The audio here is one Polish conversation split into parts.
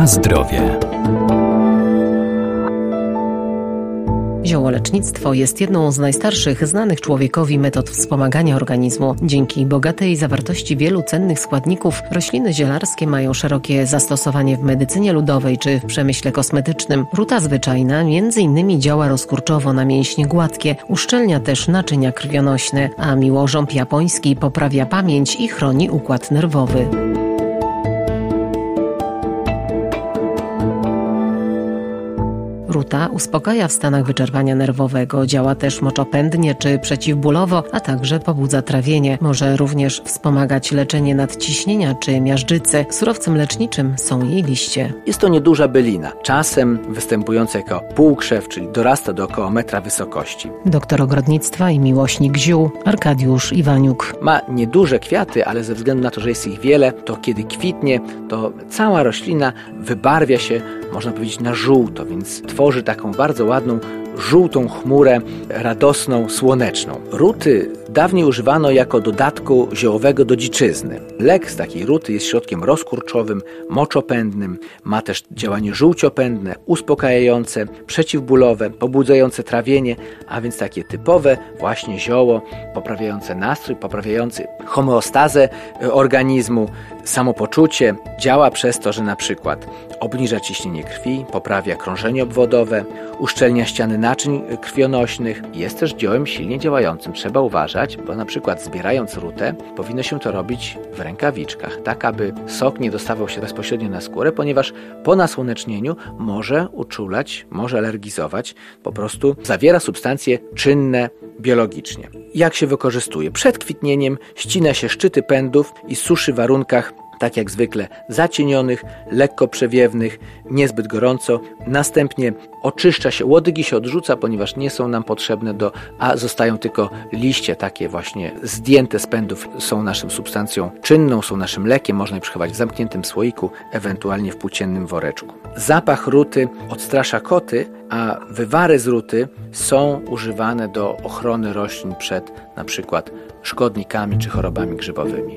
Na zdrowie. Ziołolecznictwo jest jedną z najstarszych znanych człowiekowi metod wspomagania organizmu. Dzięki bogatej zawartości wielu cennych składników rośliny zielarskie mają szerokie zastosowanie w medycynie ludowej czy w przemyśle kosmetycznym. Ruta zwyczajna m.in. działa rozkurczowo na mięśnie gładkie, uszczelnia też naczynia krwionośne, a miłożąb japoński poprawia pamięć i chroni układ nerwowy. Ruta uspokaja w stanach wyczerpania nerwowego, działa też moczopędnie czy przeciwbólowo, a także pobudza trawienie. Może również wspomagać leczenie nadciśnienia czy miażdżycy. Surowcem leczniczym są jej liście. Jest to nieduża bylina, czasem występująca jako półkrzew, czyli dorasta do około metra wysokości. Doktor ogrodnictwa i miłośnik ziół Arkadiusz Iwaniuk. Ma nieduże kwiaty, ale ze względu na to, że jest ich wiele, to kiedy kwitnie, to cała roślina wybarwia się, można powiedzieć, na żółto, więc tworzy taką bardzo ładną, żółtą chmurę, radosną, słoneczną. Ruty dawniej używano jako dodatku ziołowego do dziczyzny. Lek z takiej ruty jest środkiem rozkurczowym, moczopędnym, ma też działanie żółciopędne, uspokajające, przeciwbólowe, pobudzające trawienie, a więc takie typowe właśnie zioło, poprawiające nastrój, poprawiające homeostazę organizmu, samopoczucie. Działa przez to, że na przykład obniża ciśnienie krwi, poprawia krążenie obwodowe, uszczelnia ściany naczyń krwionośnych. Jest też ziołem silnie działającym. Trzeba uważać, bo na przykład zbierając rutę powinno się to robić w rękawiczkach, tak aby sok nie dostawał się bezpośrednio na skórę, ponieważ po nasłonecznieniu może uczulać, może alergizować, po prostu zawiera substancje czynne biologicznie. Jak się wykorzystuje? Przed kwitnieniem ścina się szczyty pędów i suszy w warunkach tak jak zwykle zacienionych, lekko przewiewnych, niezbyt gorąco. Następnie oczyszcza się, łodygi się odrzuca, ponieważ nie są nam potrzebne a zostają tylko liście takie właśnie zdjęte z pędów, są naszą substancją czynną, są naszym lekiem, można je przechować w zamkniętym słoiku, ewentualnie w płóciennym woreczku. Zapach ruty odstrasza koty, a wywary z ruty są używane do ochrony roślin przed na przykład szkodnikami czy chorobami grzybowymi.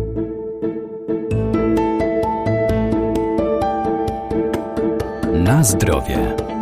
Na zdrowie.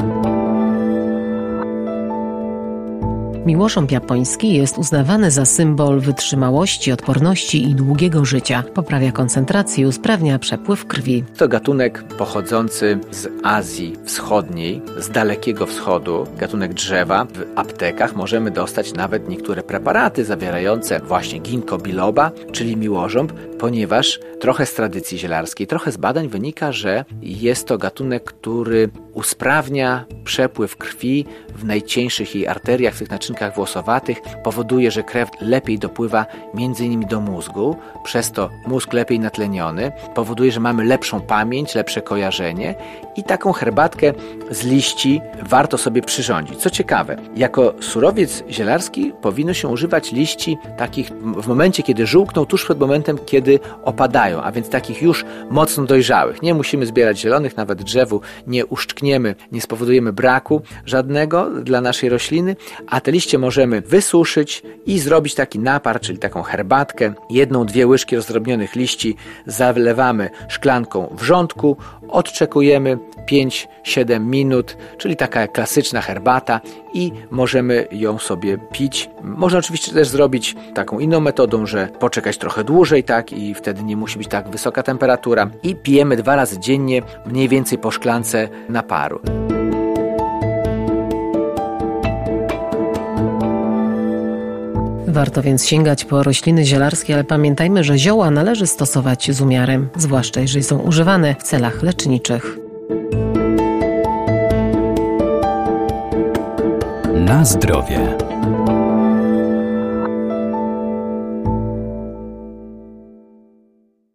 Miłożąb japoński jest uznawany za symbol wytrzymałości, odporności i długiego życia. Poprawia koncentrację i usprawnia przepływ krwi. To gatunek pochodzący z Azji Wschodniej, z Dalekiego Wschodu, gatunek drzewa. W aptekach możemy dostać nawet niektóre preparaty zawierające właśnie ginkgo biloba, czyli miłożąb, ponieważ trochę z tradycji zielarskiej, trochę z badań wynika, że jest to gatunek, który usprawnia przepływ krwi w najcieńszych jej arteriach, w tych naczynkach włosowatych, powoduje, że krew lepiej dopływa m.in. do mózgu, przez to mózg lepiej natleniony, powoduje, że mamy lepszą pamięć, lepsze kojarzenie i taką herbatkę z liści warto sobie przyrządzić. Co ciekawe, jako surowiec zielarski powinno się używać liści takich w momencie, kiedy żółkną, tuż przed momentem, kiedy opadają, a więc takich już mocno dojrzałych. Nie musimy zbierać zielonych, nawet drzewu nie uszczkniemy, nie spowodujemy braku żadnego dla naszej rośliny, a te liście możemy wysuszyć i zrobić taki napar, czyli taką herbatkę. 1-2 łyżki rozdrobnionych liści zalewamy szklanką wrzątku, odczekujemy 5-7 minut, czyli taka klasyczna herbata i możemy ją sobie pić. Można oczywiście też zrobić taką inną metodą, że poczekać trochę dłużej, tak, i wtedy nie musi być tak wysoka temperatura i pijemy 2 razy dziennie, mniej więcej po szklance naparu. Warto więc sięgać po rośliny zielarskie, ale pamiętajmy, że zioła należy stosować z umiarem, zwłaszcza jeżeli są używane w celach leczniczych. Na zdrowie.